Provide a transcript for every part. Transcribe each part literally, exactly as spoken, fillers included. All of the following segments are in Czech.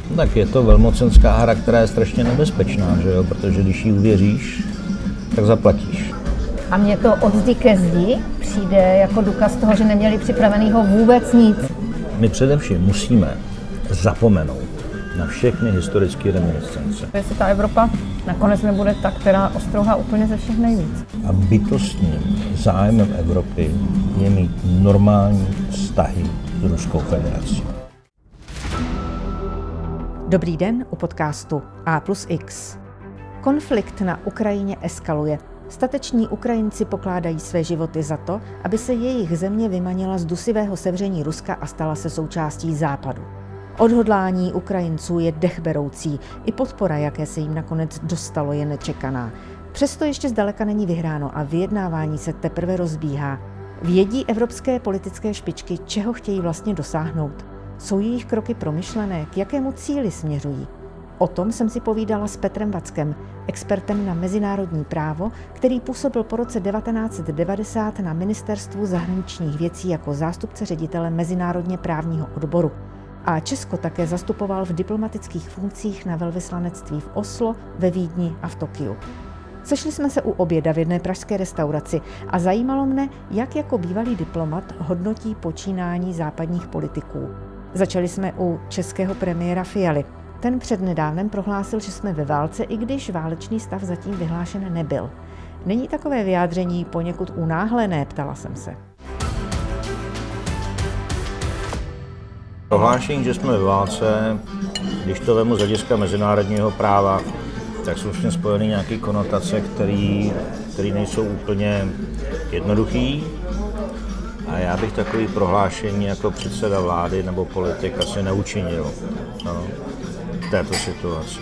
Tak je to velmocenská hra, která je strašně nebezpečná, že jo? Protože když jí uvěříš, tak zaplatíš. A mně to od zdi ke zdi přijde jako důkaz toho, že neměli připravenýho vůbec nic. My především musíme zapomenout na všechny historické reminiscence. Jestli ta Evropa nakonec nebude ta, která ostrouhá úplně ze všech nejvíc. A bytostným zájmem Evropy je mít normální vztahy s Ruskou federací. Dobrý den u podcastu A plus X. Konflikt na Ukrajině eskaluje. Stateční Ukrajinci pokládají své životy za to, aby se jejich země vymanila z dusivého sevření Ruska a stala se součástí Západu. Odhodlání Ukrajinců je dechberoucí, i podpora, jaké se jim nakonec dostalo, je nečekaná. Přesto ještě zdaleka není vyhráno a vyjednávání se teprve rozbíhá. Vědí evropské politické špičky, čeho chtějí vlastně dosáhnout? Jsou jejich kroky promyšlené, k jakému cíli směřují? O tom jsem si povídala s Petrem Vackem, expertem na mezinárodní právo, který působil po roce devatenáct set devadesát na Ministerstvu zahraničních věcí jako zástupce ředitele mezinárodně právního odboru. A Česko také zastupoval v diplomatických funkcích na velvyslanectví v Oslo, ve Vídni a v Tokiu. Sešli jsme se u oběda v jedné pražské restauraci a zajímalo mne, jak jako bývalý diplomat hodnotí počínání západních politiků. Začali jsme u českého premiéra Fialy. Ten přednedávnem prohlásil, že jsme ve válce, i když válečný stav zatím vyhlášen nebyl. Není takové vyjádření poněkud unáhlené, ptala jsem se. Prohlášení, že jsme ve válce, když to vemu z hlediska mezinárodního práva, tak jsou s tím spojeny nějaké konotace, které nejsou úplně jednoduchý. A já bych takový prohlášení jako předseda vlády nebo politik asi neučinil, no, v této situaci.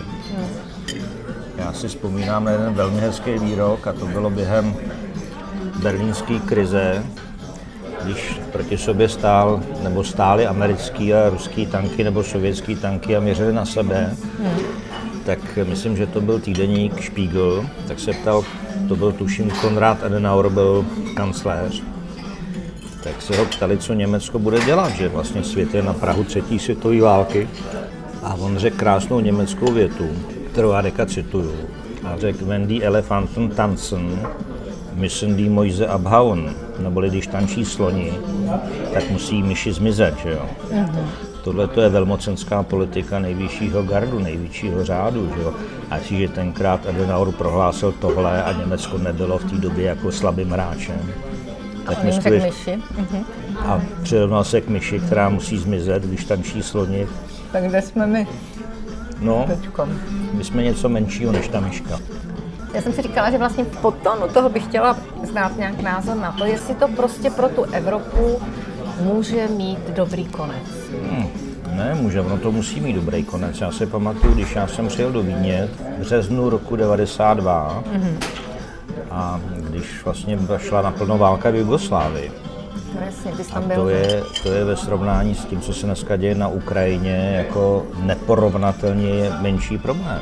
Já si vzpomínám na jeden velmi hezký výrok, a to bylo během berlínské krize, když proti sobě stál, nebo stály americký a ruský tanky nebo sovětský tanky a měřili na sebe, hmm. tak myslím, že to byl týdeník Spiegel, tak se ptal, to byl tuším Konrad Adenauer, byl kancléř, tak se ho ptali, co Německo bude dělat, že vlastně svět je na prahu třetí světové války. A on řekl krásnou německou větu, kterou já deka cituju. A řekl, wenn die Elefanten tanzen, müssen die Mäuse abhauen. Neboli když tančí sloni, tak musí myši zmizet, že jo. Mm-hmm. Tohle to je velmocenská politika nejvyššího gardu, nejvyššího řádu, že jo. A že tenkrát Adenauer prohlásil tohle a Německo nebylo v té době jako slabým hráčem. Tak mi řekl myši. Mm-hmm. A přirovnal se k myši, která musí zmizet, když tančí sloni. Tak kde jsme my? No, Teďkom. my jsme něco menšího než ta myška. Já jsem si říkala, že vlastně po tonu toho bych chtěla znát nějak názor na to, jestli to prostě pro tu Evropu může mít dobrý konec. Hmm, ne, může, ono to musí mít dobrý konec. Já si pamatuju, když já jsem přijel do Vídně v březnu roku devadesát dva, mm-hmm. a když vlastně šla naplno válka v Jugoslávii. Jasně, ty jsi A tam byl. to je, to je ve srovnání s tím, co se dneska děje na Ukrajině, jako neporovnatelně menší problém.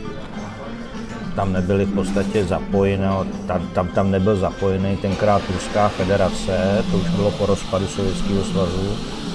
Tam nebyly v podstatě zapojeny, tam, tam, tam nebyl zapojený tenkrát Ruská federace, to už bylo po rozpadu Sovětského svazu.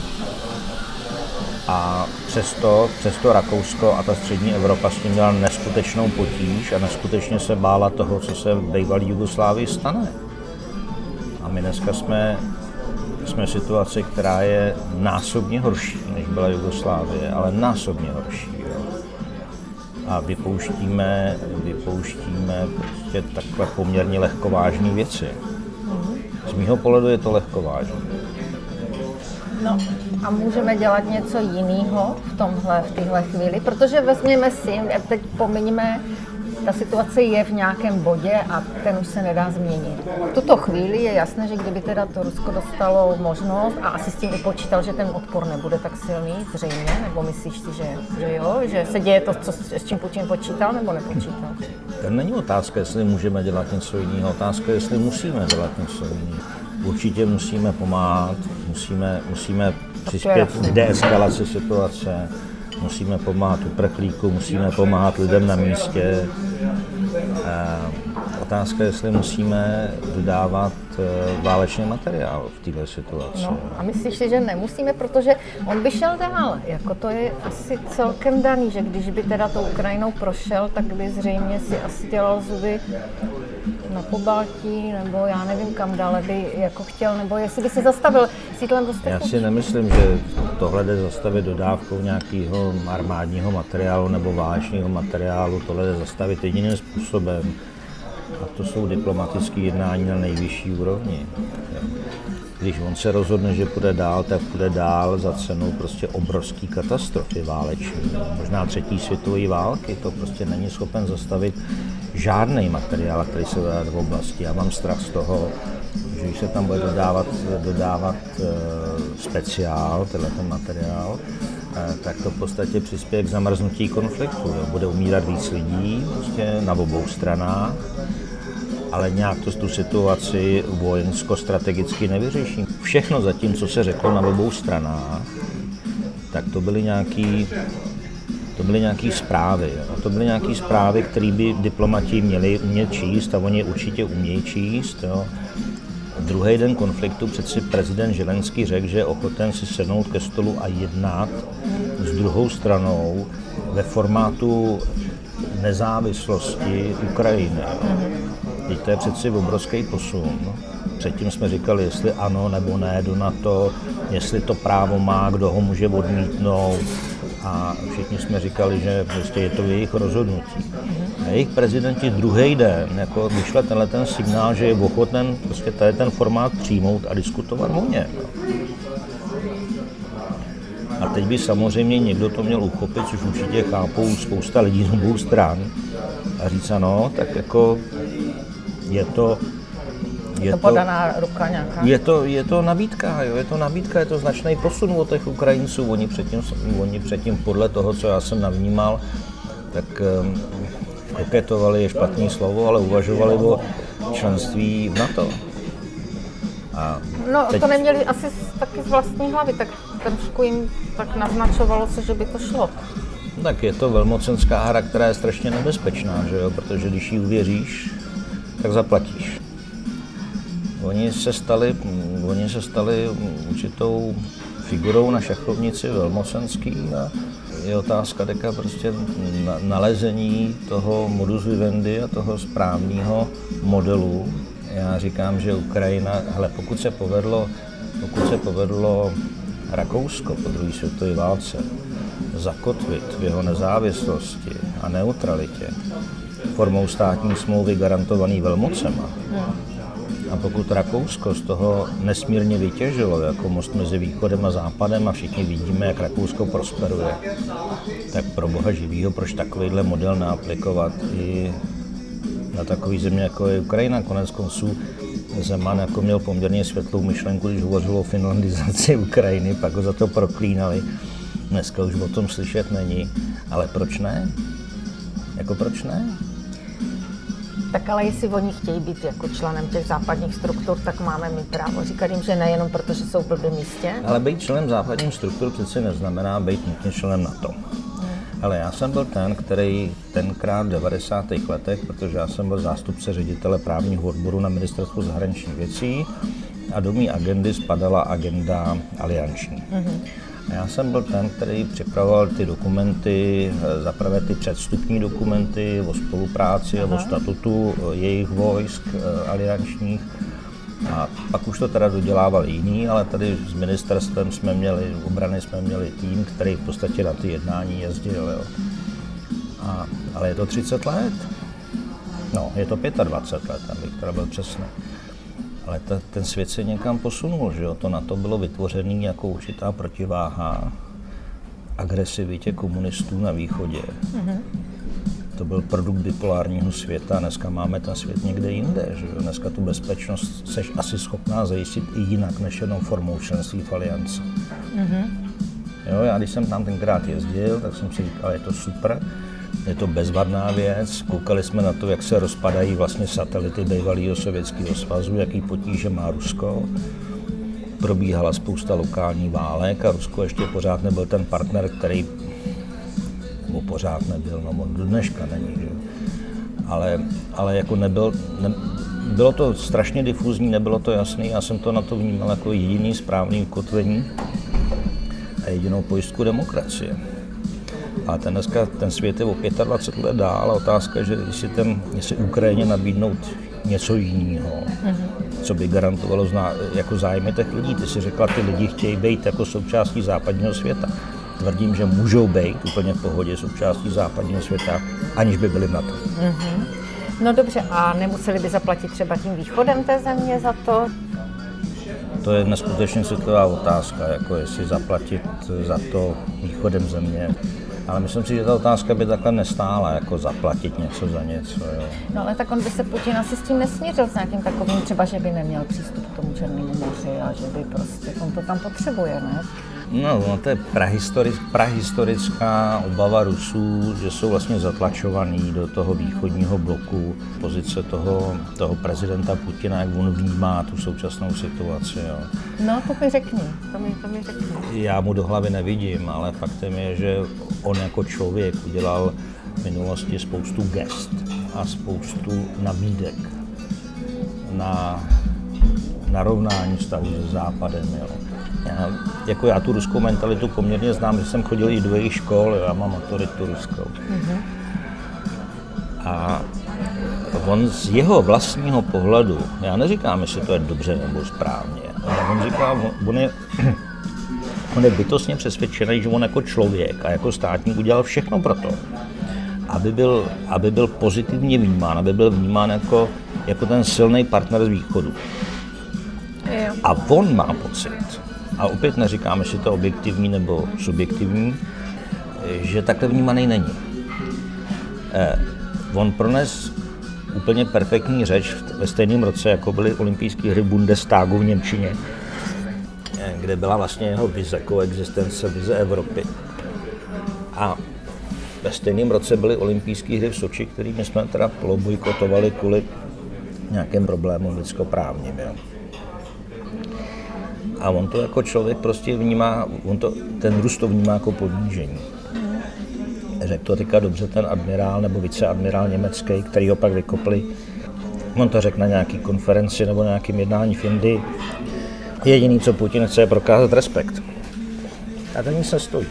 A přesto, přesto Rakousko a ta střední Evropa s tím měla neskutečnou potíž a neskutečně se bála toho, co se v bývalé Jugoslávii stane. A my dneska jsme, jsme v situaci, která je násobně horší, než byla Jugoslávie, ale násobně horší. Jo. A vypouštíme, vypouštíme prostě takhle poměrně lehkovážné věci. Z mýho pohledu je to lehkovážné. No a můžeme dělat něco jiného v tomhle, v téhle chvíli, protože vezměme si, teď pominíme, ta situace je v nějakém bodě a ten už se nedá změnit. V tuto chvíli je jasné, že kdyby teda to Rusko dostalo možnost a asi s tím i počítal, že ten odpor nebude tak silný, zřejmě, nebo myslíš si, že, že jo, že se děje to, co, s čím Putin počítal nebo nepočítal? To není otázka, jestli můžeme dělat něco jiného, otázka je, jestli musíme dělat něco jiného. Určitě musíme pomáhat, musíme, musíme přispět k deeskalaci situace, musíme pomáhat uprchlíkům, musíme pomáhat lidem na místě. otázka, jestli musíme dodávat válečný materiál v této situaci. No, a myslíš si, že nemusíme, protože on by šel dál. Jako to je asi celkem daný, že když by teda tou Ukrajinou prošel, tak by zřejmě si asi dělal zuby na Pobaltí, nebo já nevím, kam dále by jako chtěl, nebo jestli by se zastavil sídlem do Já si nemyslím, že tohle jde zastavit dodávkou nějakého armádního materiálu nebo válečného materiálu. Tohle jde zastavit jediným způsobem. A to jsou diplomatické jednání na nejvyšší úrovni. Když on se rozhodne, že půjde dál, tak půjde dál za cenou prostě obrovský katastrofy váleční. Možná třetí světové války, to prostě není schopen zastavit žádný materiál, který se dodá v oblasti. Já mám strach z toho, že když se tam bude dodávat, dodávat uh, speciál, tenhle ten materiál, uh, tak to v podstatě přispěje k zamrznutí konfliktu. Jo. Bude umírat víc lidí prostě na obou stranách, ale nějak to tu situaci vojensko-strategicky nevyřeší. Všechno zatím, co se řeklo na obou stranách, tak to byly nějaký, to byly nějaký zprávy. Jo. To byly nějaký zprávy, které by diplomati měli umět číst a oni je určitě umějí číst. Jo. Druhý den konfliktu přeci prezident Zelenský řekl, že je ochoten si sednout ke stolu a jednat s druhou stranou ve formátu nezávislosti Ukrajiny. Teď to je přeci obrovský posun. Předtím jsme říkali, jestli ano nebo ne do NATO, jestli to právo má, kdo ho může odmítnout. A všichni jsme říkali, že prostě je to jejich rozhodnutí. A jejich prezidenti druhý den jako vyšle tenhle ten signál, že je ochoten prostě tady ten formát přijmout a diskutovat o něm. A teď by samozřejmě někdo to měl uchopit, což určitě chápou spousta lidí z obou stran, a říct ano, tak jako je to... Je to podaná ruka nějaká. Je to, je to nabídka, jo, je to nabídka, je to značný posun od těch Ukrajinců. Oni předtím, oni předtím podle toho, co já jsem navnímal, tak um, koketovali, je špatné slovo, ale uvažovali o členství v NATO. A no teď... to neměli asi taky z vlastní hlavy, tak trošku jim tak naznačovalo se, že by to šlo. Tak je to velmocenská hra, která je strašně nebezpečná, že jo, protože když ji uvěříš, tak zaplatíš. Oni se stali, oni se stali určitou figurou na šachovnici velmocenský a je otázka teďka prostě nalezení toho modus vivendi a toho správného modelu. Já říkám, že Ukrajina, hele, pokud se povedlo, pokud se povedlo Rakousko po druhé světové válce zakotvit v jeho nezávislosti a neutralitě formou státní smlouvy garantovaný velmocema, a pokud Rakousko z toho nesmírně vytěžilo jako most mezi východem a západem a všichni vidíme, jak Rakousko prosperuje, tak pro boha živýho, proč takovýhle model neaplikovat i na takový země, jako je Ukrajina. Konec konců Zeman jako měl poměrně světlou myšlenku, když hovořil o finlandizaci Ukrajiny, pak ho za to proklínali. Dneska už o tom slyšet není, ale proč ne? Jako proč ne? Tak ale jestli oni chtějí být jako členem těch západních struktur, tak máme mít právo říkat jim, že nejenom proto, že jsou v blbém místě. Ale být členem západních struktur přece neznamená být nutně členem NATO. Hmm. Ale já jsem byl ten, který tenkrát v devadesátých letech, protože já jsem byl zástupce ředitele právního odboru na Ministerstvu zahraničních věcí a do mé agendy spadala agenda alianční. Hmm. A já jsem byl ten, který připravoval ty dokumenty, zaprvé ty předstupní dokumenty o spolupráci a o statutu jejich vojsk aliančních. A pak už to teda dodělávali jiní, ale tady s ministerstvem jsme měli, obrany jsme měli tým, který v podstatě na ty jednání jezdil. Jo. A, ale je to třicet let. No, je to dvacet pět let, abych teda byl přesný. Ale ta, ten svět se někam posunul, že jo? To na to bylo vytvořené jako určitá protiváha agresivitě komunistů na východě. Mm-hmm. To byl produkt bipolárního světa, dneska máme ten svět někde jinde, že jo? Dneska tu bezpečnost seš asi schopná zajistit i jinak, než jenom formou členství v alianci. Mm-hmm. Jo, já když jsem tam tenkrát jezdil, tak jsem si říkal, je to super. Je to bezvadná věc, koukali jsme na to, jak se rozpadají vlastně satelity bývalého Sovětského svazu, jaký potíže má Rusko. Probíhala spousta lokální válek a Rusko ještě pořád nebyl ten partner, který, nebo pořád nebyl, no do dneška není, že? ale, ale jako nebyl, ne, bylo to strašně difuzní, nebylo to jasný, já jsem to na to vnímal jako jediný správný ukotvení a jedinou pojistku demokracie. A ten dneska, ten svět je o dvacet pět let dál a otázka je, že jestli, ten, jestli Ukrajině nabídnout něco jiného, mm-hmm. co by garantovalo zná, jako zájmy těch lidí. Ty si řekla, ty lidi chtějí být jako součástí západního světa. Tvrdím, že můžou být úplně v pohodě součástí západního světa, aniž by byli na to. Mm-hmm. No dobře, a nemuseli by zaplatit třeba tím východem té země za to? To je neskutečně citlivá otázka, jako jestli zaplatit za to východem země. Ale myslím si, že ta otázka by takhle nestála, jako zaplatit něco za něco. Jo. No ale tak on by se Putin asi s tím nesmířil s nějakým takovým, třeba, že by neměl přístup k tomu Černému moři a že by prostě, on to tam potřebuje, ne? No, no to je prahistoric, prahistorická obava Rusů, že jsou vlastně zatlačovaní do toho východního bloku, pozice toho, toho prezidenta Putina, jak on vnímá tu současnou situaci. Jo. No, to mi řekni, to mi, to mi řekni. Já mu do hlavy nevidím, ale faktem je, že on jako člověk udělal v minulosti spoustu gest a spoustu nabídek na narovnání stavu se Západem. Jo. Já, jako já tu ruskou mentalitu poměrně znám, že jsem chodil i do jejich škol, já mám maturitu ruskou. Mm-hmm. A on z jeho vlastního pohledu, já neříkám, jestli to je dobře nebo správně, ale on říká, on, on, je, on je bytostně přesvědčený, že on jako člověk a jako státník udělal všechno pro to, aby byl, aby byl pozitivně vnímán, aby byl vnímán jako, jako ten silný partner z východu. Jo. A on má pocit, a opět neříkám, jestli to objektivní nebo subjektivní, že takhle vnímaný není. Eh, on prones úplně perfektní řeč ve stejném roce, jako byly olympijské hry v Bundestagu v Němčině, eh, kde byla vlastně jeho vize, koexistence, vize Evropy. A ve stejném roce byly olympijské hry v Soči, kterými jsme teda polobojkotovali kvůli nějakým problémům lidskoprávním. Jo. A on to jako člověk prostě vnímá, on to, ten Rus to vnímá jako ponížení. Řekl to teďka dobře ten admirál nebo viceadmirál německý, který ho pak vykopli. On to řekl na nějaký konferenci nebo nějakým jednání v Indii. Jediný, co Putin chce, je prokázat respekt. A ten se stojí.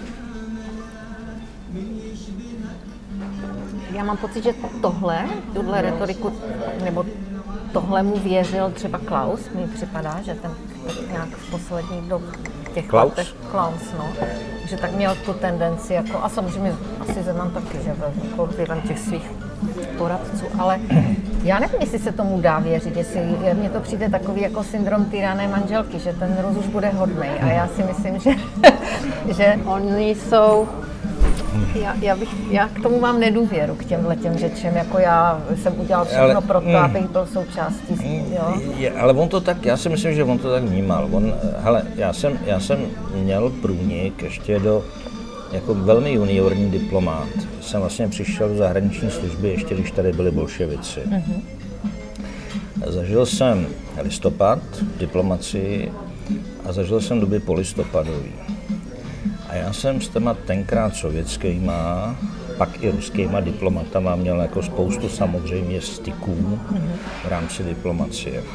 Já mám pocit, že tohle, tuhle retoriku, nebo tohle mu věřil třeba Klaus, mi připadá, že ten tak nějak v poslední době těch Klaus? letech, Klaus, no, že tak měl tu tendenci, jako, a samozřejmě asi Zeman taky, že byl vlivem těch svých poradců, ale já nevím, jestli se tomu dá věřit, jestli mně to přijde takový jako syndrom tyrané manželky, že ten Rus už bude hodnej a já si myslím, že, že oni jsou. Já, já, bych, já k tomu mám nedůvěru, k těmhle těm řečem, jako já jsem udělal všechno ale, pro to, mm, abych byl součástí, jo. Je, ale on to tak, já si myslím, že on to tak vnímal. On, hele, já jsem, já jsem měl průnik ještě do, jako velmi juniorní diplomát. Jsem vlastně přišel do zahraniční služby, ještě když tady byli bolševici. Mm-hmm. Zažil jsem listopad, diplomacii a zažil jsem doby polistopadový. A já jsem s těma tenkrát sovětskýma, pak i ruskýma diplomatama měl jako spoustu samozřejmě styků v rámci diplomacie.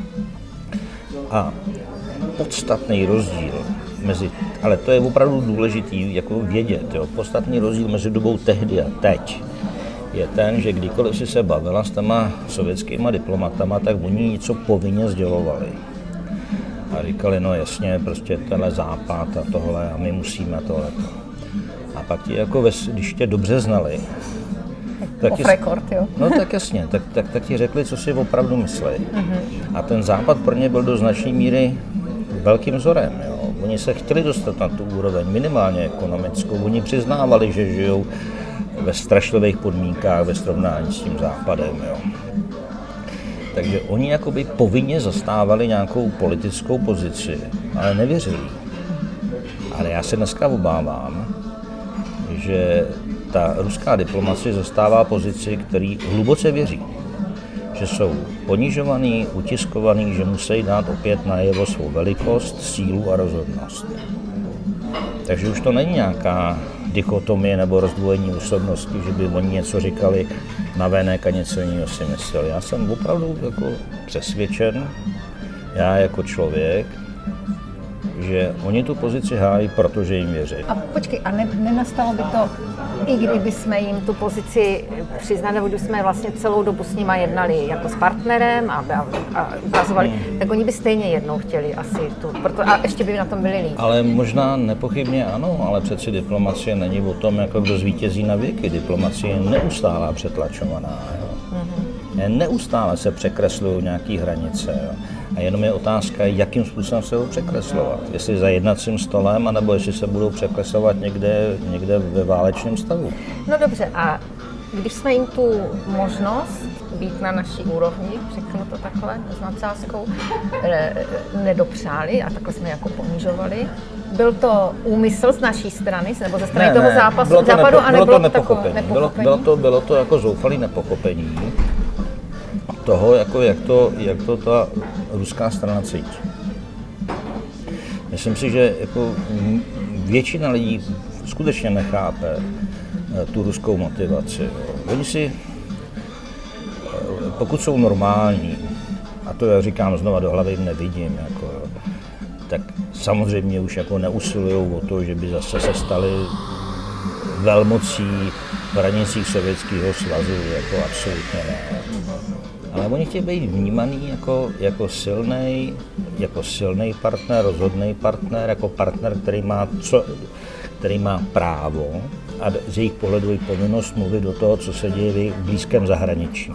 A podstatný rozdíl mezi, ale to je opravdu důležitý jako vědět, jo, podstatný rozdíl mezi dobou tehdy a teď je ten, že kdykoliv si se bavila s těma sovětskýma diplomatama, tak oni něco povinně sdělovali. A říkali, no jasně, prostě tenhle západ a tohle a my musíme tohleto. A pak ti jako, ves, když tě dobře znali, tak off record, jo. No tak jasně, tak, tak, tak ti řekli, co si opravdu mysleli. Mm-hmm. A ten západ pro ně byl do značné míry velkým vzorem. Jo. Oni se chtěli dostat na tu úroveň, minimálně ekonomickou. Oni přiznávali, že žijou ve strašlivých podmínkách ve srovnání s tím západem. Jo. Takže oni jakoby povinně zastávali nějakou politickou pozici, ale nevěřili. Ale já se dneska obávám, že ta ruská diplomacie zastává pozici, který hluboce věří. Že jsou ponižovaný, utiskovaný, že musí dát opět najevo svou velikost, sílu a rozhodnost. Takže už to není nějaká dichotomie nebo rozdvojení osobnosti, že by oni něco říkali navenek a něco jiného si mysleli. Já jsem opravdu jako přesvědčen, já jako člověk, že oni tu pozici hájí, protože jim věří. A počkej, a ne, nenastalo by to, i kdyby jsme jim tu pozici přiznali, nebo když jsme vlastně celou dobu s nima jednali jako s partnerem a, a, a ukazovali, hmm. tak oni by stejně jednou chtěli asi tu, proto, a ještě by na tom byli líp. Ale možná nepochybně ano, ale přeci diplomacie není o tom, jako kdo zvítězí na věky. Diplomacie je neustálá přetlačovaná. Jo. Hmm. Neustále se překreslují nějaké hranice. Jo. A jenom je otázka, jakým způsobem se budou překreslovat. Jestli za jednacím stolem, anebo jestli se budou překreslovat někde, někde ve válečném stavu. No dobře, a když jsme jim tu možnost být na naší úrovni, řeknu to takhle, s nadsázkou, nedopřáli a takhle jsme jako ponižovali, byl to úmysl z naší strany, nebo ze strany ne, toho ne, zápasu, bylo to západu, nepo, a bylo nebylo to nepochopení. nepochopení? Bylo, bylo, to, bylo to jako zoufalý nepochopení toho, jako jak, to, jak to ta ruská strana cítí. Myslím si, že jako většina lidí skutečně nechápe tu ruskou motivaci. Oni si, pokud jsou normální, a to já říkám znova, do hlavy nevidím, jako, tak samozřejmě už jako neusilují o to, že by zase se stali velmocí v hranicích Sovětského svazu, jako absolutně ne. Ale oni chtějí být vnímaný jako, jako silný, jako silný partner, rozhodný partner, jako partner, který má, co, který má právo a z jejich pohledu i povinnost mluvit do toho, co se děje v jejich blízkém zahraničí.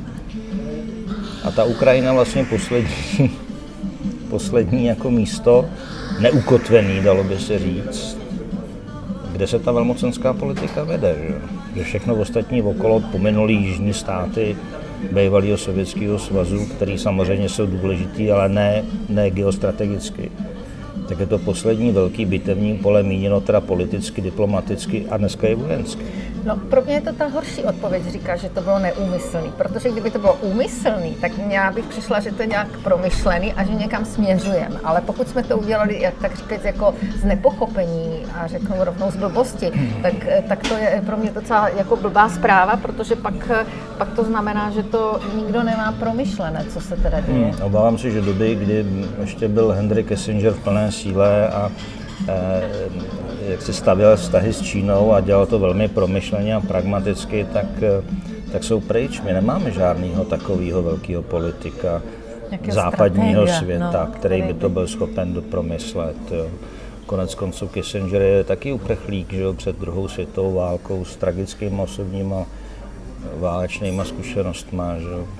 A ta Ukrajina vlastně poslední, poslední jako místo, neukotvený, dalo by se říct, kde se ta velmocenská politika vede, že, že všechno ostatní okolo pominulý jižní státy bývalého Sovětského svazu, který samozřejmě jsou důležitý, ale ne, ne geostrategicky. Tak je to poslední velký bitevní pole, míněno teda politicky, diplomaticky a dneska je vojensky. No, pro mě je to ta horší odpověď, říká, že to bylo neúmyslný, protože kdyby to bylo úmyslný, tak já bych přišla, že to je nějak promyšlený a že někam směřujeme. Ale pokud jsme to udělali, jak tak říkat, jako z nepochopení a řeknu rovnou z blbosti, tak, tak to je pro mě docela jako blbá zpráva, protože pak, pak to znamená, že to nikdo nemá promyšlené, co se teda děje. Hmm, obávám se, že doby, kdy ještě byl Henry Kissinger v plné síle a jak si stavěl vztahy s Čínou a dělal to velmi promyšleně a pragmaticky, tak, tak jsou pryč. My nemáme žádného takového velkého politika Jakého západního světa, no, který by to byl schopen promyslet. Jo. Konec konců Kissinger je taky uprchlík, že jo, před druhou světovou válkou s tragickými osobníma válečnýma zkušenostma. Že jo.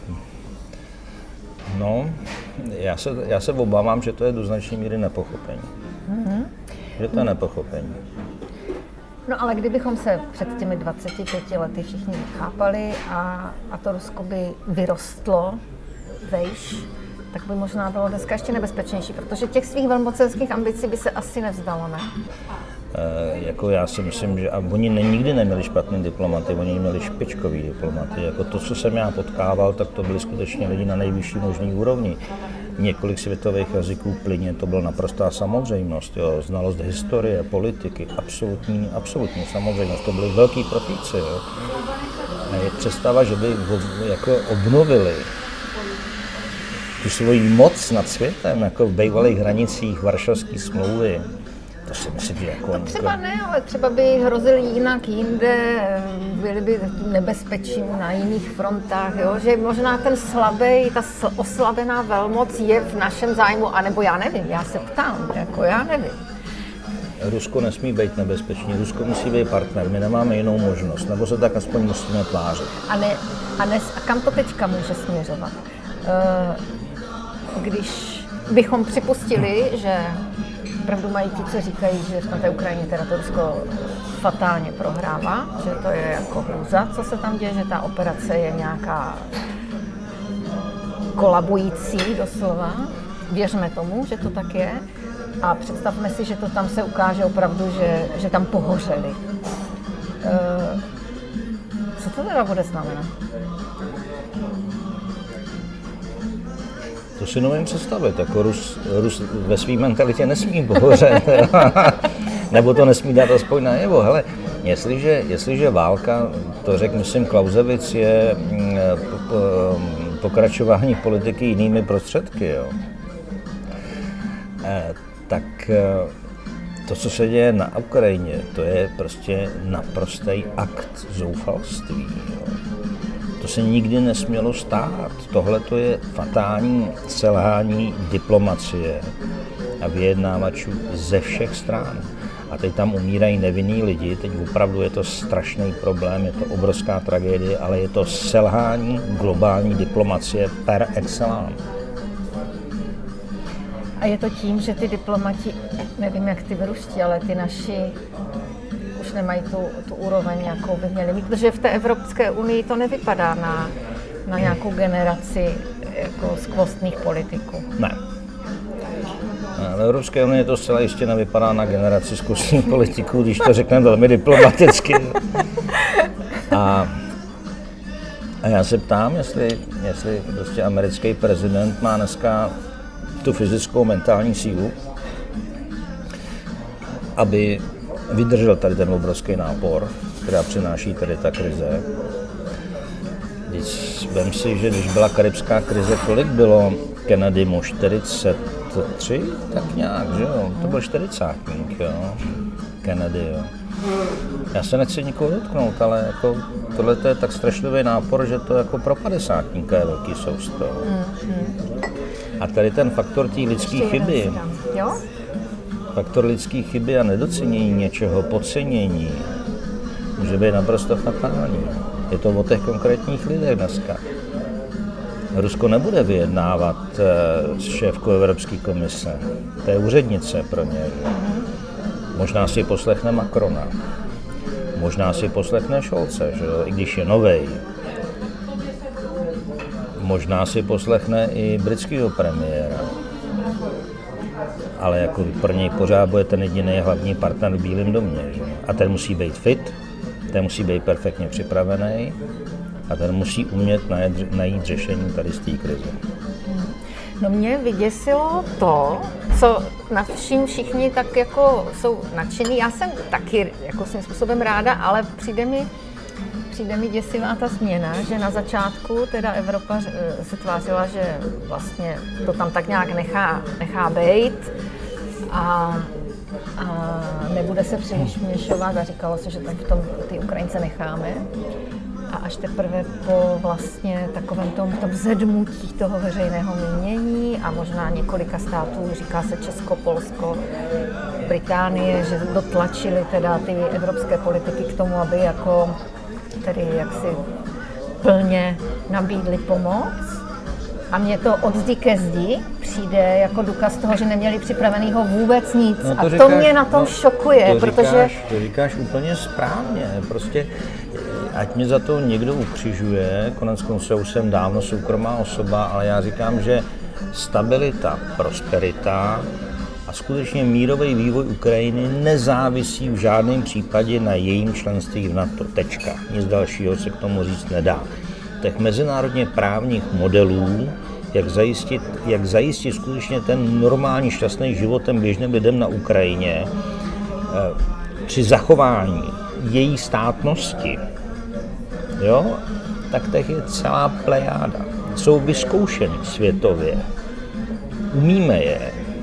No, já se, já se obávám, že to je do značné míry nepochopení. Mm-hmm. Že to je nepochopení. No ale kdybychom se před těmi dvaceti pěti lety všichni chápali a, a to Rusko by vyrostlo vejš, tak by možná bylo dneska ještě nebezpečnější, protože těch svých velmocenských ambicí by se asi nevzdalo, ne? E, jako já si myslím, že a oni ne, nikdy neměli špatný diplomaty, oni měli špičkový diplomaty. Jako to, co jsem já potkával, tak to byli skutečně lidi na nejvyšší možný úrovni. Několik světových jazyků plyně, to byla naprostá samozřejmost, jo. Znalost historie, politiky, absolutní, absolutní samozřejmost, to byli velký profíci. Jo. A je představa, že by jako obnovili tu svoji moc nad světem, jako v bývalých hranicích Varšavské smlouvy. To si myslím, že jako... To třeba ne, ale třeba by hrozili jinak jinde, byli by nebezpečí na jiných frontách, jo? Že možná ten slabý, ta oslabená velmoc je v našem zájmu, anebo já nevím, já se ptám, jako já nevím. Rusko nesmí být nebezpečný, Rusko musí být partner, my nemáme jinou možnost, nebo se tak aspoň musíme tvářit. A, ne, a, ne, a kam to teďka může směřovat? Když bychom připustili, že pravdu mají ti, co říkají, že na té Ukrajině teda to Rusko fatálně prohrává, že to je jako hrůza, co se tam děje, že ta operace je nějaká kolabující doslova. Věřme tomu, že to tak je a představme si, že to tam se ukáže opravdu, že, že tam pohořeli. E, co to teda bude znamenat? To si nevím představit, jako Rus, Rus ve své mentalitě nesmí pohořet. nebo to nesmí dát aspoň najevo. Hele, jestliže, jestliže válka, to řekl myslím Clausewitz, je pokračování politiky jinými prostředky, jo, tak to, co se děje na Ukrajině, to je prostě naprostý akt zoufalství. Jo. To se nikdy nesmělo stát. Tohle to je fatální selhání diplomacie a vyjednávačů ze všech stran. A teď tam umírají nevinní lidi, teď opravdu je to strašný problém, je to obrovská tragédie, ale je to selhání globální diplomacie per excellence. A je to tím, že ty diplomati, nevím jak ty ruští, ale ty naši už nemají tu, tu úroveň, jakou by měli mít, protože v té Evropské unii to nevypadá na, na nějakou generaci jako skvostných politiků. Ne. V Evropské unii to zcela jistě nevypadá na generaci zkusných politiků, když to řekneme velmi diplomaticky. A, a já se ptám, jestli, jestli prostě americký prezident má dneska tu fyzickou mentální sílu, aby vydržel tady ten obrovský nápor, která přináší tady ta krize. Když vem si, že když byla karibská krize, kolik bylo Kennedymu? čtyřicet tři? Tak nějak, že jo? To byl čtyřicátník, jo? Kennedy, jo? Já se nechci nikoho dotknout, ale jako tohle je tak strašlivý nápor, že to jako pro padesátníka je velký sousto. A tady ten faktor té lidské chyby, jo? faktor lidské chyby a nedocenění něčeho, podcenění, může být naprosto fatální. Je to o těch konkrétních lidech dneska. Rusko nebude vyjednávat s šéfkou Evropské komise. To je úřednice pro ně. Možná si poslechne Macrona. Možná si poslechne Scholze, že jo? I když je novej. Možná si poslechne i britského premiéra. Ale jako pro něj pořád bude ten jediný hlavní partner v Bílém domě. Že? A ten musí být fit, ten musí být perfektně připravený a ten musí umět najít, najít řešení tady z té krize. No mě vyděsilo to, co nad vším všichni tak jako jsou nadšení. Já jsem taky jako svým způsobem ráda, ale přijde mi, přijde mi děsivá ta změna, že na začátku teda Evropa se tvářila, že vlastně to tam tak nějak nechá, nechá bejt a, a nebude se příliš vměšovat a říkalo se, že tam v tom ty Ukrajince necháme. A až teprve po vlastně takovém tom, tom zedmutí toho veřejného mínění a možná několika států, říká se Česko, Polsko, Británie, že dotlačili teda ty evropské politiky k tomu, aby jako tedy jaksi plně nabídli pomoc. A mě to od zdi ke zdi přijde jako důkaz toho, že neměli připravenýho vůbec nic. No to a říkáš, to mě na tom no, šokuje, to protože... Říkáš, to říkáš úplně správně. Prostě ať mě za to někdo ukřižuje, konec konců jsem dávno soukromá osoba, ale já říkám, že stabilita, prosperita a skutečně mírový vývoj Ukrajiny nezávisí v žádném případě na jejím členství v NATO. Tečka. Nic dalšího se k tomu říct nedá. Těch mezinárodně právních modelů, jak zajistit, jak zajistit skutečně ten normální šťastný životem běžným lidem na Ukrajině při zachování její státnosti, jo, tak těch je celá plejáda. Jsou vyzkoušeny světově. Umíme je.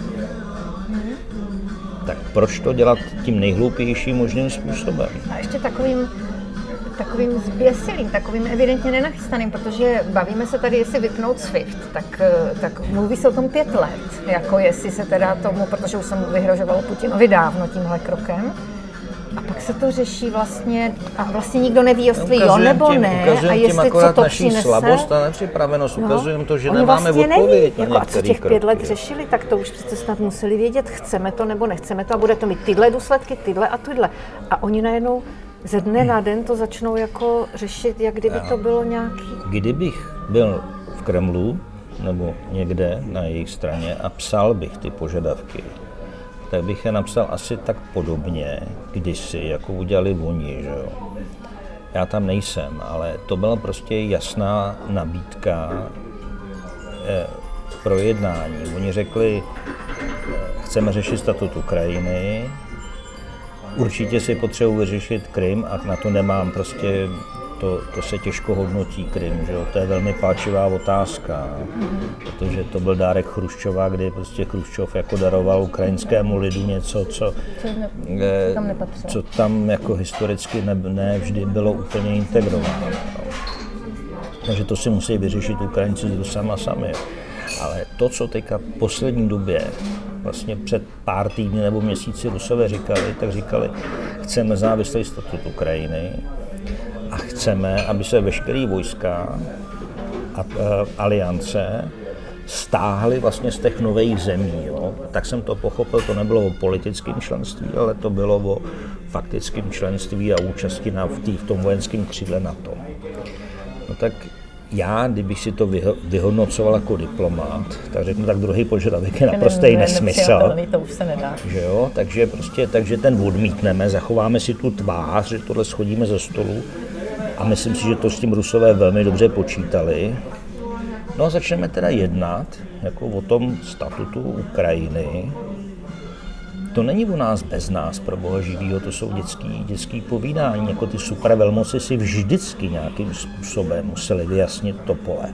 Tak proč to dělat tím nejhloupějším možným způsobem? A ještě takovým takovým zběsilým, takovým evidentně nenachystaným, protože bavíme se tady, jestli vypnout SWIFT, tak, tak mluví se o tom pět let, jako jestli se teda tomu, protože už jsem vyhrožovala Putinovi dávno tímhle krokem, a pak se to řeší vlastně, a vlastně nikdo neví, jestli jo nebo tím, ne, a jestli co to naší přinese. Slabost a nepřipravenost, no, ukazujeme to, že oni nemáme vlastně odpověď neví, na jako, a co těch kroky. pět let řešili, tak to už přece snad museli vědět, chceme to nebo nechceme to a bude to mít tyhle důsledky, tyhle a tyhle. A oni najednou ze dne na den to začnou jako řešit, jak kdyby to bylo nějaký... Kdybych byl v Kremlu nebo někde na jejich straně a psal bych ty požadavky, tak bych je napsal asi tak podobně, kdysi, jako udělali oni, že jo. Já tam nejsem, ale to byla prostě jasná nabídka eh, pro jednání. Oni řekli, chceme řešit statut Ukrajiny, určitě si potřebuji vyřešit Krym a na to nemám prostě, to, to se těžko hodnotí Krym, že jo? To je velmi palčivá otázka, protože to byl dárek Chruščova, kdy prostě Chruščov jako daroval ukrajinskému lidu něco, co, ne, tam, co tam jako historicky ne, ne vždy bylo úplně integrováno. Takže to si musí vyřešit Ukrajinci s Rusama sami. Ale to, co teďka v poslední době, vlastně před pár týdny nebo měsíci Rusové říkali, tak říkali, chceme nezávislý statut Ukrajiny a chceme, aby se veškerý vojska a, a aliance stáhly vlastně z těch nových zemí. Jo. Tak jsem to pochopil, to nebylo o politickém členství, ale to bylo o faktickém členství a účasti na, v, tý, v tom vojenském křídle NATO. No tak já, kdybych si to vyhodnocoval jako diplomát, tak řeknu, tak druhý požadavek je naprostý nesmysl. To už se nedá. Že jo? Takže, prostě, takže ten odmítneme, zachováme si tu tvář, že tohle schodíme ze stolu a myslím si, že to s tím Rusové velmi dobře počítali. No a začneme teda jednat jako o tom statutu Ukrajiny. To není o nás bez nás, pro boha živýho, to jsou dětský, dětský povídání, jako ty supervelmoci si vždycky nějakým způsobem museli vyjasnit to pole.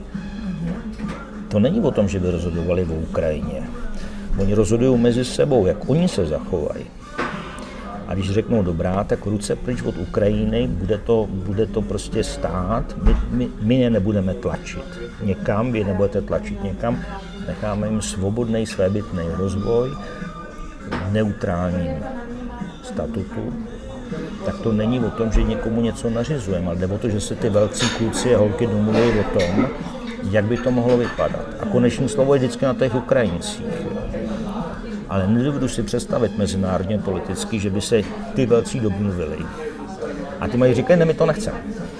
To není o tom, že by rozhodovali o Ukrajině. Oni rozhodují mezi sebou, jak oni se zachovají. A když řeknou dobrá, tak ruce pryč od Ukrajiny, bude to, bude to prostě stát, my, my, my je nebudeme tlačit někam, vy nebudete tlačit někam, necháme jim svobodný, svébytný rozvoj, neutrálním statutu, tak to není o tom, že někomu něco nařizujeme, ale jde o to, že se ty velcí kluci a holky domluví o tom, jak by to mohlo vypadat. A konečné slovo je vždycky na těch Ukrajincích. Ale nedovedu si představit mezinárodně politicky, že by se ty velcí domluvili. A ty mají říkají, ne, my to nechceme.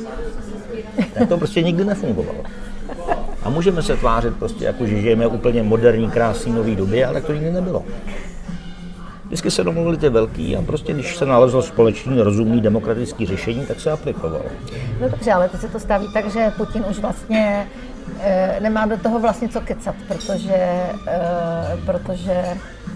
Tak to prostě nikdy nefungovalo. A můžeme se tvářit prostě jako, že žijeme úplně moderní, krásný, nový době, ale to nikdy nebylo. Vždycky se domluvili ty velký a prostě když se nalezlo společný, rozumný, demokratický řešení, tak se aplikovalo. No dobře, ale teď se to staví tak, že Putin už vlastně e, nemá do toho vlastně co kecat, protože, e, protože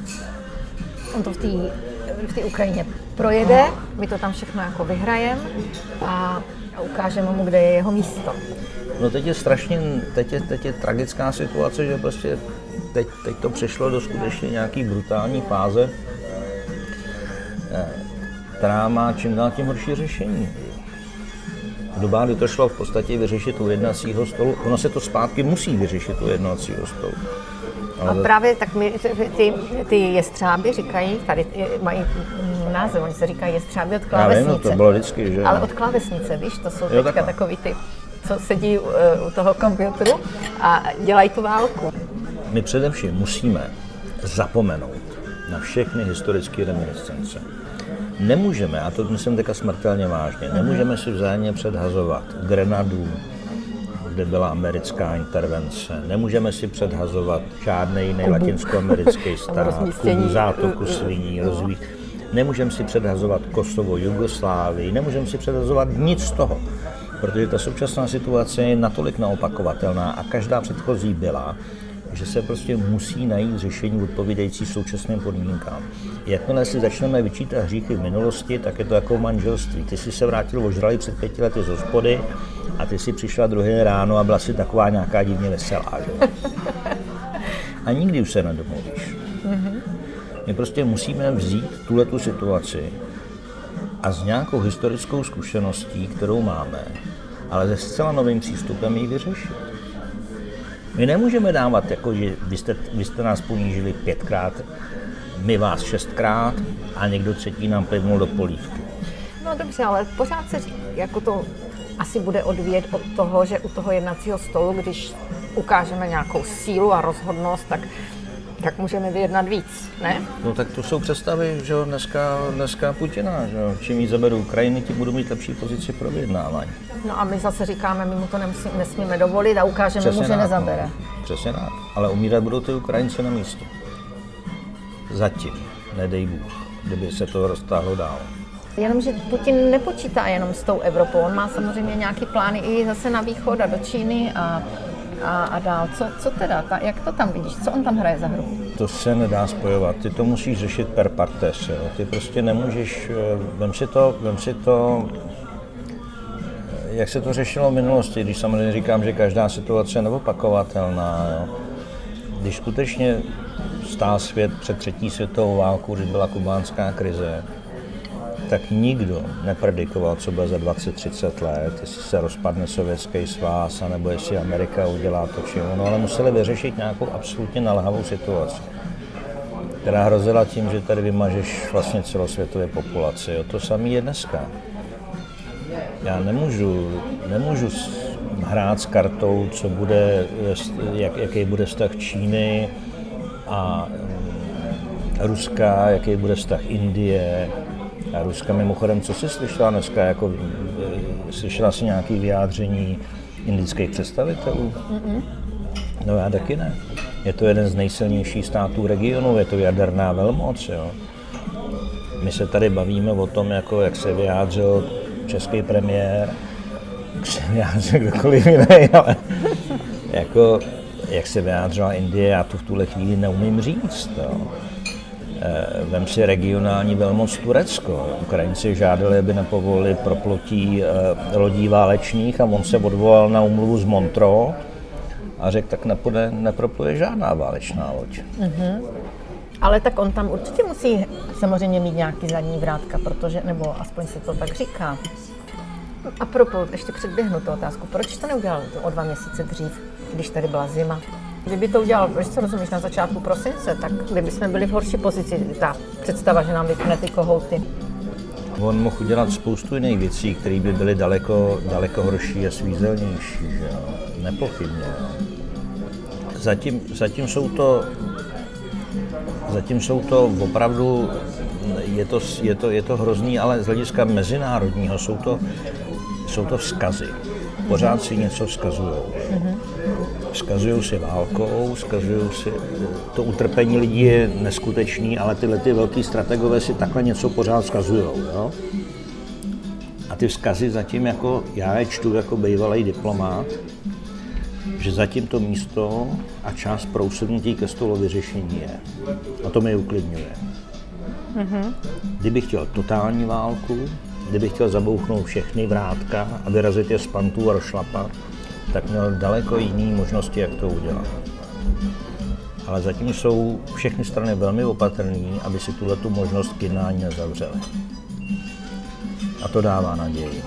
on to v té v té Ukrajině projede, my to tam všechno jako vyhrajeme a ukážeme mu, kde je jeho místo. No teď je strašně, teď je, teď je tragická situace, že prostě teď, teď to přešlo do skutečně nějaký brutální fáze, která má čím dál tím horší řešení. V dobách, kdy to šlo v podstatě vyřešit u jednacího stolu, ono se to zpátky musí vyřešit u jednacího stolu. Ale a právě tak my, ty, ty jestřáby říkají, tady mají název, oni se říkají jestřáby od klávesnice. Já vím, no to bylo vždycky, že? Ale od klávesnice, víš, to jsou jo, teďka takový ty, co sedí u, u toho počítače a dělají tu válku. My především musíme zapomenout na všechny historické reminiscence. Nemůžeme, a to myslím teďka smrtelně vážně, nemůžeme si vzájemně předhazovat Grenadu, kde byla americká intervence, nemůžeme si předhazovat žádný jiný latinskoamerický stát, Kubu, zátoku sviní, rozvíj. Nemůžeme si předhazovat Kosovo, Jugoslávii, nemůžeme si předhazovat nic z toho, protože ta současná situace je natolik neopakovatelná a každá předchozí byla, že se prostě musí najít řešení odpovídající současným podmínkám. Jakmile si začneme vyčítat hříchy v minulosti, tak je to jako manželství. Ty jsi se vrátil ožralý před pěti lety z hospody a ty si přišla druhé ráno a byla si taková nějaká divně veselá. Že? A nikdy už se nedomluvíš. My prostě musíme vzít tuhletu situaci a s nějakou historickou zkušeností, kterou máme, ale se zcela novým přístupem ji vyřešit. My nemůžeme dávat, jako, že vy jste, vy jste nás ponížili pětkrát, my vás šestkrát a někdo třetí nám plivnul do polívky. No dobře, ale pořád se jako to asi bude odvíjet od toho, že u toho jednacího stolu, když ukážeme nějakou sílu a rozhodnost, tak, tak můžeme vyjednat víc, ne? No tak to jsou představy, že dneska, dneska Putina, že čím jí zaberu Ukrajiny, tím budou mít lepší pozici pro vyjednávání. No a my zase říkáme, my mu to nemusí, nesmíme dovolit a ukážeme Přesně mu, že nezabere. No. Přesně tak, ale umírat budou ty Ukrajinci na místě. Zatím, nedej Bůh, kdyby se to roztáhlo dál. Jenomže Putin nepočítá jenom s tou Evropou, on má samozřejmě nějaké plány i zase na východ a do Číny a a, a dál. Co, co teda? Ta, jak to tam vidíš? Co on tam hraje za hru? To se nedá spojovat. Ty to musíš řešit per partes. Jo. Ty prostě nemůžeš, vem si to, vem si to, jak se to řešilo v minulosti, když samozřejmě říkám, že každá situace je neopakovatelná. Jo. Když skutečně stál svět před třetí světovou válkou, kdy byla kubánská krize, tak nikdo nepredikoval, co bude za dvacet třicet let, jestli se rozpadne Sovětský svaz, anebo jestli Amerika udělá to či ono, ale museli vyřešit nějakou absolutně nalhavou situaci, která hrozila tím, že tady vymažeš vlastně celosvětové populaci. Jo. To samé je dneska. Já nemůžu, nemůžu hrát s kartou, co bude, jak, jaký bude vztah Číny a Ruska, jaký bude vztah Indie. A Ruska mimochodem, co jsi slyšela dneska, jako, slyšela jsi nějaké vyjádření indických představitelů? Mm-mm. No já taky ne. Je to jeden z nejsilnějších států regionu, je to jaderná velmoc. Jo. My se tady bavíme o tom, jako, jak se vyjádřil český premiér, jak se vyjádřil kdokoliv jiný, ale jako, jak se vyjádřila Indie, já to v tuhle chvíli neumím říct. Jo. Vem si regionální velmoc Turecko. Ukrajinci žádali, aby nepovolili proplotí lodí válečných a on se odvolal na úmluvu z Montreux a řekl, tak nepůjde, nepropluje žádná válečná loď. Mm-hmm. Ale tak on tam určitě musí samozřejmě mít nějaký zadní vrátka, protože, nebo aspoň se to tak říká. A propos, ještě předběhnu tu otázku, proč to neudělal o dva měsíce dřív, když tady byla zima? Kdyby to udělal, když se rozumíš, na začátku prosince, tak kdyby jsme byli v horší pozici, ta představa, že nám vypne ty kohouty. On mohl udělat spoustu jiných věcí, které by byly daleko, daleko horší a svízelnější, že jo? Nepochybně. Zatím, zatím, jsou to, zatím jsou to opravdu, je to, je to, je to hrozný, ale z hlediska mezinárodního jsou to, jsou to vzkazy. Pořád si něco vzkazujou. Mm-hmm. Vzkazují si válkou, vzkazují si, to utrpení lidí je neskutečný, ale tyhle ty velký strategové si takhle něco pořád vzkazují. Jo? A ty vzkazy zatím, jako já je čtu jako bývalý diplomát, že zatím to místo a čas pro usednutí ke stolu vyřešení je. A to mě uklidňuje. Mm-hmm. Kdybych chtěl totální válku, kdybych chtěl zabouchnout všechny vrátka a vyrazit je z pantů a rozšlapat, tak měl daleko jiné možnosti, jak to udělat. Ale zatím jsou všechny strany velmi opatrné, aby si tuhletu možnost k jednání nezavřely. A to dává naději.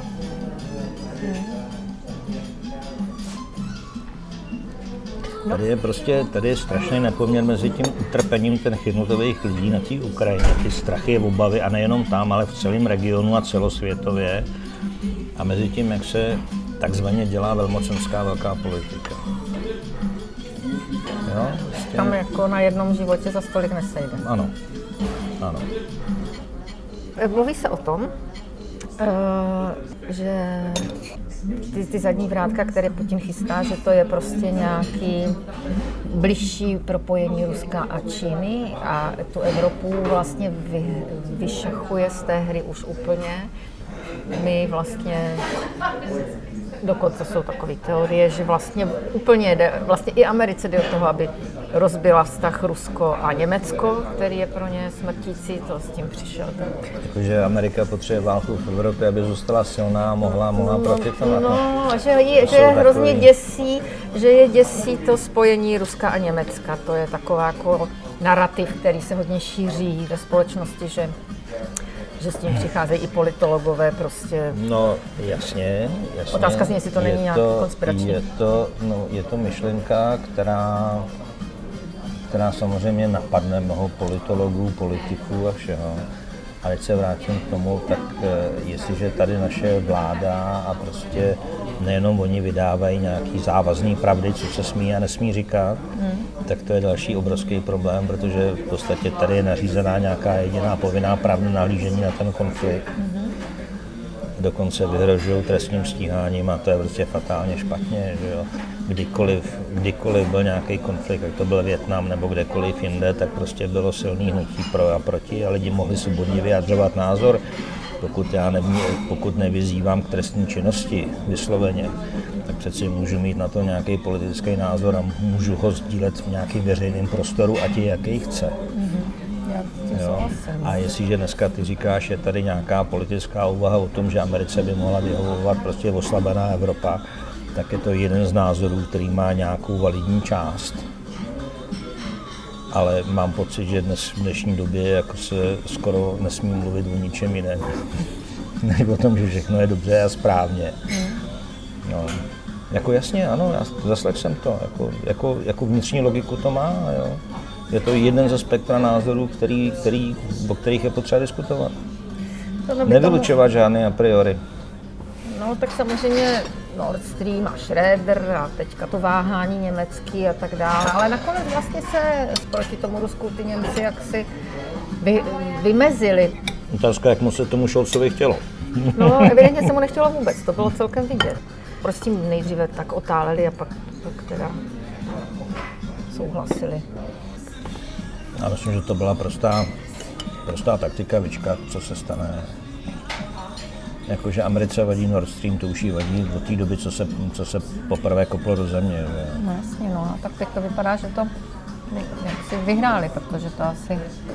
Tady je prostě, tady je strašný nepoměr mezi tím utrpením ten chytnutových lidí na té Ukrajině, ty strachy, obavy a nejenom tam, ale v celém regionu a celosvětově a mezi tím, jak se takzvaně dělá velmocenská velká politika. Jo, vlastně... Tam jako na jednom životě za stolik nesejde. Ano, ano. Mluví se o tom, že ty, ty zadní vrátka, které Putin chystá, že to je prostě nějaký bližší propojení Ruska a Číny a tu Evropu vlastně vy, vyšachuje z té hry už úplně. My vlastně, dokonce jsou takové teorie, že vlastně úplně jde, vlastně i Americe jde o toho, aby rozbila vztah Rusko a Německo, který je pro ně smrtící, to s tím přišel. Jakože Amerika potřebuje válku v Evropě, aby zůstala silná a mohla, mohla profitovat. No, no že, je, že je hrozně děsí, že je děsí to spojení Ruska a Německa. To je taková jako narrativ, který se hodně šíří ve společnosti, že že s tím přicházejí i politologové prostě. No, jasně, jasně. Otázka zní, jestli to není nějak konspirační. Je to, no, je to myšlenka, která, která samozřejmě napadne mnoho politologů, politiků a všeho. Ale když se vrátím k tomu, tak jestliže tady naše vláda a prostě nejenom oni vydávají nějaký závazný pravdy, co se smí a nesmí říkat, hmm. tak to je další obrovský problém, protože v podstatě tady je nařízená nějaká jediná povinná právní nahlížení na ten konflikt. Hmm. Dokonce vyhrožují trestním stíháním a to je prostě fatálně špatně, že jo. Kdykoliv, kdykoliv byl nějaký konflikt, jak to byl Vietnam nebo kdekoliv jinde, tak prostě bylo silný hnutí pro a proti a lidi mohli svobodně vyjadřovat názor. Pokud já nevím, pokud nevyzývám k trestní činnosti vysloveně, tak přeci můžu mít na to nějaký politický názor a můžu ho sdílet v nějakém veřejném prostoru, ať je jaký chce. Mm-hmm. Jo? A jestliže dneska ty říkáš, je tady nějaká politická úvaha o tom, že Americe by mohla vyhovovat prostě oslabená Evropa, tak je to jeden z názorů, který má nějakou validní část. Ale mám pocit, že dnes v dnešní době jako se skoro nesmí mluvit o ničem jiném, než o tom, že všechno je dobře a správně. No, jako jasně, ano, já zaslechl jsem to, jako, jako, jako vnitřní logiku to má, jo. Je to jeden ze spektra názorů, který, který, o kterých je potřeba diskutovat. Nevylučovat tomu... žádný a priori. No tak samozřejmě Nord Stream a Schröder a teďka to váhání německý a tak dále, ale nakonec vlastně se proti tomu Rusku ty Němci jaksi vy, vymezili. Otázka, jak mu se tomu Scholzovi chtělo. No evidentně se mu nechtělo vůbec, to bylo celkem vidět. Prostě nejdříve tak otáleli a pak, pak teda souhlasili. Já myslím, že to byla prostá, prostá taktika vyčkat, co se stane. Jakože Americe vadí Nord Stream, to už jí vadí od té doby, co se, co se poprvé koplo do země. No jasně, no, a tak teď to vypadá, že to jak si vyhráli, protože to asi...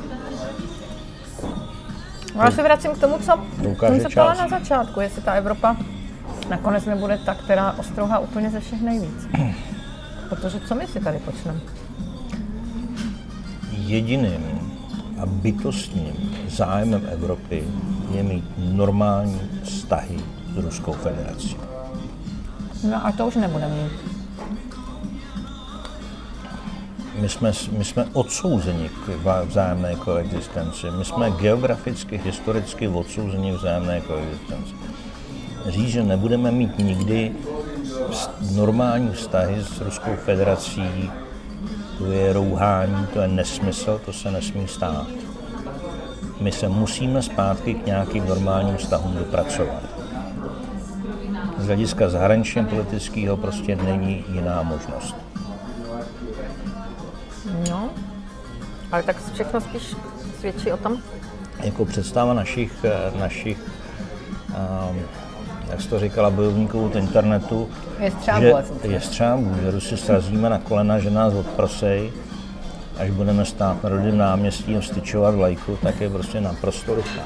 No já se vracím k tomu, co jsem se ptala na začátku, jestli ta Evropa nakonec nebude ta, která ostrouhá úplně ze všech nejvíc. Protože co my si tady počneme? Jediným a bytostným zájmem Evropy je mít normální vztahy s Ruskou federací. No a to už nebudeme mít. My jsme, my jsme odsouzeni k vzájemné koexistenci. My jsme geograficky, historicky odsouzeni k vzájemné koexistenci. Říct, že nebudeme mít nikdy normální vztahy s Ruskou federací, to je rouhání, to je nesmysl, to se nesmí stát. My se musíme zpátky k nějakým normálním vztahům dopracovat. Z hlediska zahraničně politického prostě není jiná možnost. No, ale tak všechno spíš svědčí o tom? Jako představa našich, našich um, jak jsi to říkala, bojovníků od internetu, jestřábů, že, jestřábů, že Rusy srazíme na kolena, že nás odprosej, až budeme stát na Rudém náměstí a vstyčovat vlajku, tak je prostě naprosto ruchá.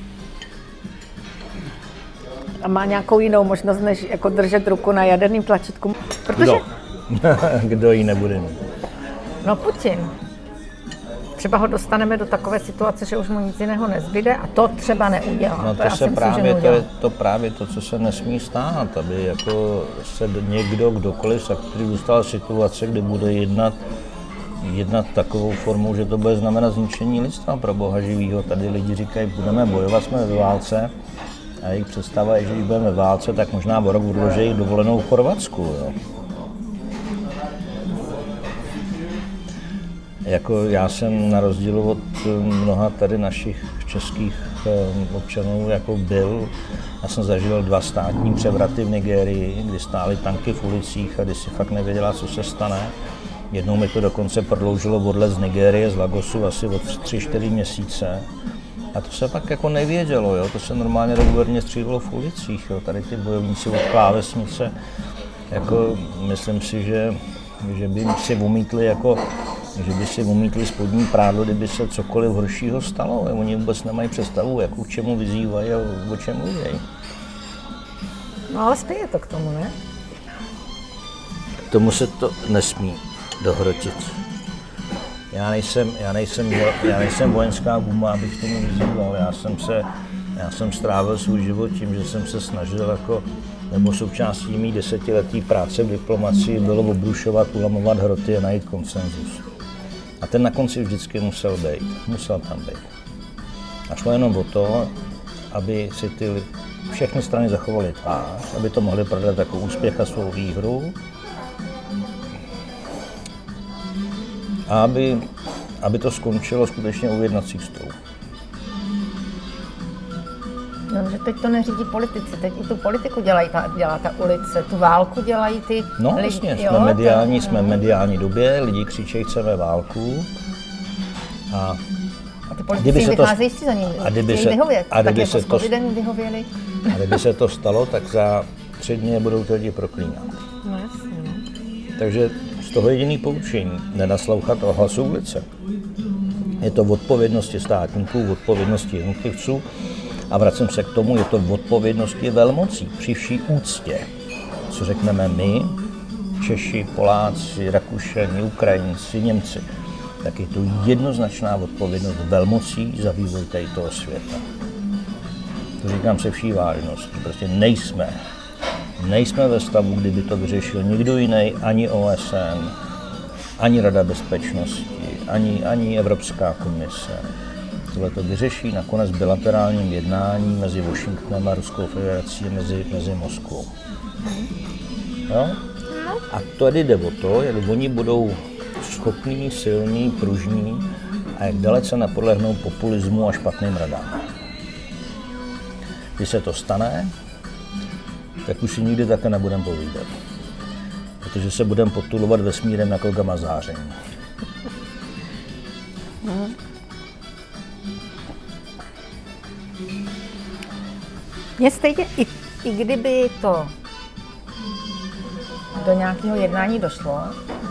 A má nějakou jinou možnost, než jako držet ruku na jaderným tlačítku? Protože... Kdo? Kdo ji nebude mít? No Putin. Třeba ho dostaneme do takové situace, že už mu nic jiného nezbyde a to třeba neudělá. No to, to se právě, to je to právě to, co se nesmí stát, aby jako se někdo, kdokoliv, který dostal situace, kdy bude jednat, jednat takovou formou, že to bude znamenat zničení lidstva pro boha živýho. Tady lidi říkají, budeme bojovat, jsme ve válce a jejich představa je, že když budeme ve válce, tak možná o rok odloží dovolenou v Chorvatsku. Jo. Jako já jsem na rozdíl od mnoha tady našich českých občanů jako byl, já jsem zažil dva státní převraty v Nigérii, kdy stály tanky v ulicích a kdy si fakt nevěděla, co se stane. Jednou mi to dokonce prodloužilo odlet z Nigérie, z Lagosu asi o tři čtyři měsíce. A to se fakt jako nevědělo, jo? To se normálně regulérně střílelo v ulicích. Jo? Tady ty bojovníci od klávesnice, jako myslím si, že, že by si umítli jako že by si umítli spodní prádlo, kdyby se cokoliv horšího stalo. Oni vůbec nemají představu, jak k čemu vyzývají a o čem mluví. No ale spěje to k tomu, ne? K tomu se to nesmí dohrotit. Já nejsem, já nejsem, já nejsem vojenská guma, abych k tomu vyzýval. Já jsem se, já jsem strávil svůj život tím, že jsem se snažil jako, nebo součástí mý desetiletí práce v diplomacii bylo obrušovat, ulamovat hroty a najít konsenzus. A ten na konci vždycky musel být, musel tam být. A šlo jenom o to, aby si ty všechny strany zachovaly tvář, aby to mohly prodat jako úspěch a svou výhru. A aby, aby to skončilo skutečně u jednacích stolů. No, že teď to neřídí politici, teď i tu politiku dělají ta, dělá ta ulice, tu válku dělají ty no, lidi. Vlastně, jsme jo, mediální, to, jsme v mediální době, lidi křičejí, chceme válku. A, a ty politici vycházejí si za ním, a kdyby chtějí se, vyhovět, a tak kdyby jako se s covidem vyhověli. A kdyby se to stalo, tak za, tři dny budou ty lidi proklínat. No jasně, no. Takže z toho jediný poučení, nenaslouchat o hlasu ulice. Je to v odpovědnosti státníků, v odpovědnosti jednotlivců a vracím se k tomu, je to v odpovědnosti velmocí, při vší úctě. Co řekneme my, Češi, Poláci, Rakušani, Ukrajinci, Němci, tak je to jednoznačná odpovědnost velmocí za vývoj toho světa. To říkám se vší vážností, prostě nejsme. Nejsme ve stavu, kdyby to vyřešil nikdo jiný, ani O S N, ani Rada bezpečnosti, ani, ani Evropská komise. Tohle to vyřeší nakonec bilaterálním jednáním mezi Washingtonem a Ruskou federací, mezi, mezi Moskvou. Jo? A tady jde o to, jak oni budou schopní, silní, pružní a jak dalece nepodlehnou populismu a špatným radám. Když se to stane, tak už si nikdy také nebudeme povídat. Protože se budeme potulovat vesmírem jako gamma záření. Hmm. Mně stejně, i, i kdyby to do nějakého jednání došlo,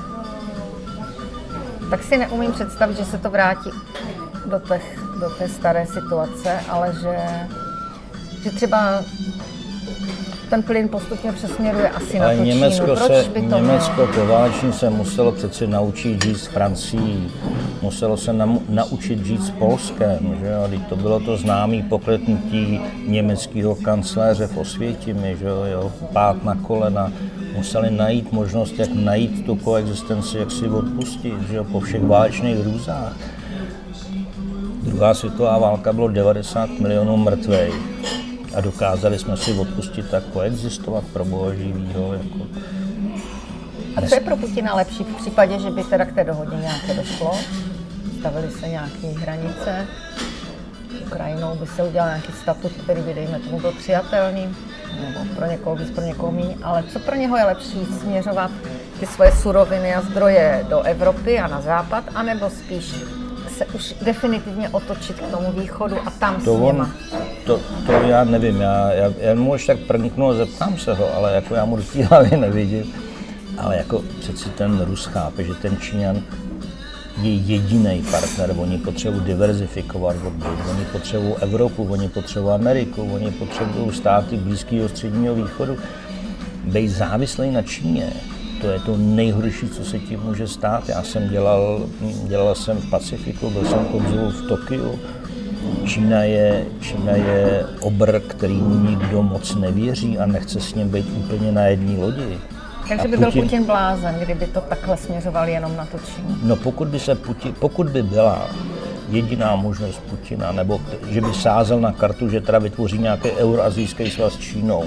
tak si neumím představit, že se to vrátí do, těch, do té staré situace, ale že, že třeba ten plyn postupně přesměruje asi ale na tu Německo Čínu. Proč se, by to Německo poválečně se muselo přeci naučit žít s Francií, muselo se nam, naučit žít s Polskem, že jo? To bylo to známé pokletnutí německého kancléře v Osvětimi, že jo? Pád na kolena, museli najít možnost, jak najít tu koexistenci, jak si odpustit, že jo? Po všech válečných hrůzách. Druhá světová válka bylo devadesát milionů mrtvých. A dokázali jsme si odpustit tak koexistovat pro boha živýho. Jako... A co je pro Putina lepší v případě, že by teda k té dohodě nějaké došlo? Stavily se nějaké hranice, Ukrajinou by se udělal nějaký statut, který by, dejme tomu, byl přijatelný, nebo pro někoho víc, pro někoho míň, ale co pro něho je lepší, směřovat ty svoje suroviny a zdroje do Evropy a na západ, anebo spíš se už definitivně otočit k tomu východu a tam to s něma? On, to, to já nevím, já, já, já mu už tak proniknu a zeptám se ho, ale jako já mu do té hlavy nevidím. Ale jako přeci ten Rus chápe, že ten Číňan je jediný partner, oni potřebují diverzifikovat odbyt, oni potřebují Evropu, oni potřebují Ameriku, oni potřebují státy Blízkého středního východu. Být závislý na Číně, to je to nejhorší, co se tím může stát. Já jsem dělal, dělal jsem v Pacifiku, byl jsem konzul v Tokiu. Čína je, Čína je obr, kterýmu nikdo moc nevěří a nechce s ním být úplně na jedné lodi. Takže by Putin... byl Putin blázen, kdyby to takhle směřoval jenom na tu Čínu. No pokud by, se Putin, pokud by byla jediná možnost Putina, nebo že by sázel na kartu, že teda vytvoří nějaký euroazijský svaz s Čínou,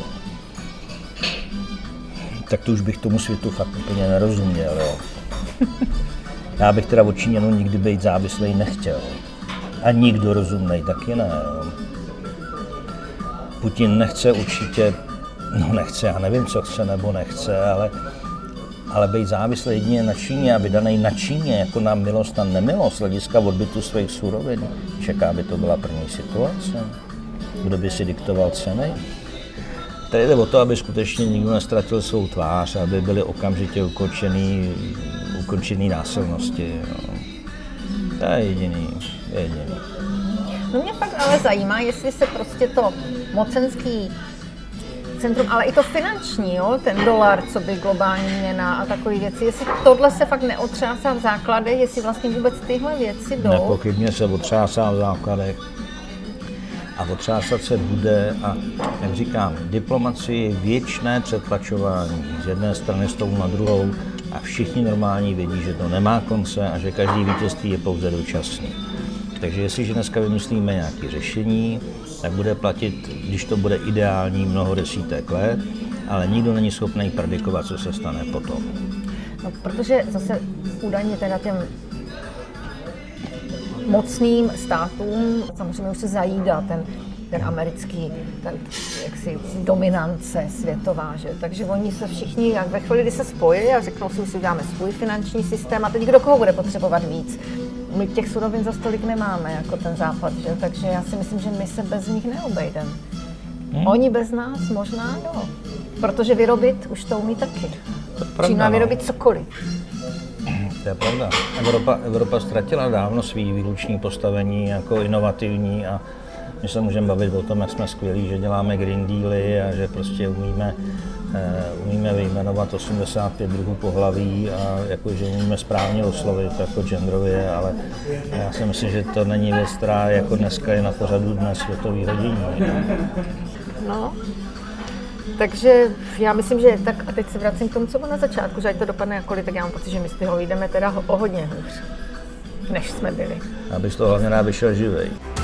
tak to už bych tomu světu fakt úplně nerozuměl. Jo. Já bych teda od Číňanů nikdy být závislý nechtěl. A nikdo rozumnej taky ne. Jo. Putin nechce určitě, no nechce, já nevím, co chce nebo nechce, ale, ale být závislý jedině na Číně a vydaný na Číně jako na milost a nemilost z hlediska odbytu svých surovin, čeká by to byla první situace. Kdo by si diktoval ceny? Tady jde o to, aby skutečně nikdo nestratil svou tvář, aby byly okamžitě ukončený, ukončený násilnosti. Jo. To je jediný, jediný. No mě fakt ale zajímá, jestli se prostě to mocenský centrum, ale i to finanční, jo, ten dolar, co by globální měna a takové věci, jestli tohle se fakt neotřásá v základech, jestli vlastně vůbec tyhle věci jdou. Nepochybně se otřásá v základech a otřásat se bude a, jak říkám, diplomacie je věčné přetlačování z jedné strany s tou na druhou a všichni normální vědí, že to nemá konce a že každý vítězství je pouze dočasný. Takže jestliže dneska vymyslíme nějaké řešení, tak bude platit, když to bude ideální, mnoho desítek let, ale nikdo není schopný predikovat, co se stane potom. No, protože zase údajně teda těm mocným státům samozřejmě už se zajídá ten, ten americký, ten jaksi dominance světová, že? Takže oni se všichni, jak ve chvíli, kdy se spojili a řeknou si, že uděláme svůj finanční systém a teď kdo koho bude potřebovat víc. My těch surovin za stolik nemáme, jako ten západ, že? Takže já si myslím, že my se bez nich neobejdeme. Hmm. Oni bez nás možná, no. Protože vyrobit už to umí taky. To Čína no. vyrobit cokoliv. To je pravda. Evropa, Evropa ztratila dávno svý výlučný postavení jako inovativní a my se můžeme bavit o tom, jak jsme skvělí, že děláme Green Dealy a že prostě umíme, uh, umíme vyjmenovat osmdesát pět druhů pohlaví a jako, že umíme správně oslovit jako genderově, ale já si myslím, že to není věc, která jako dneska je na pořadu dnes světového dění. No, takže já myslím, že tak a teď se vracím k tomu, co bylo na začátku, že ať to dopadne jakkoliv, tak já mám pocit, že my z toho jdeme teda o hodně hůř, než jsme byli. Abys to hlavně rád vyšel živej.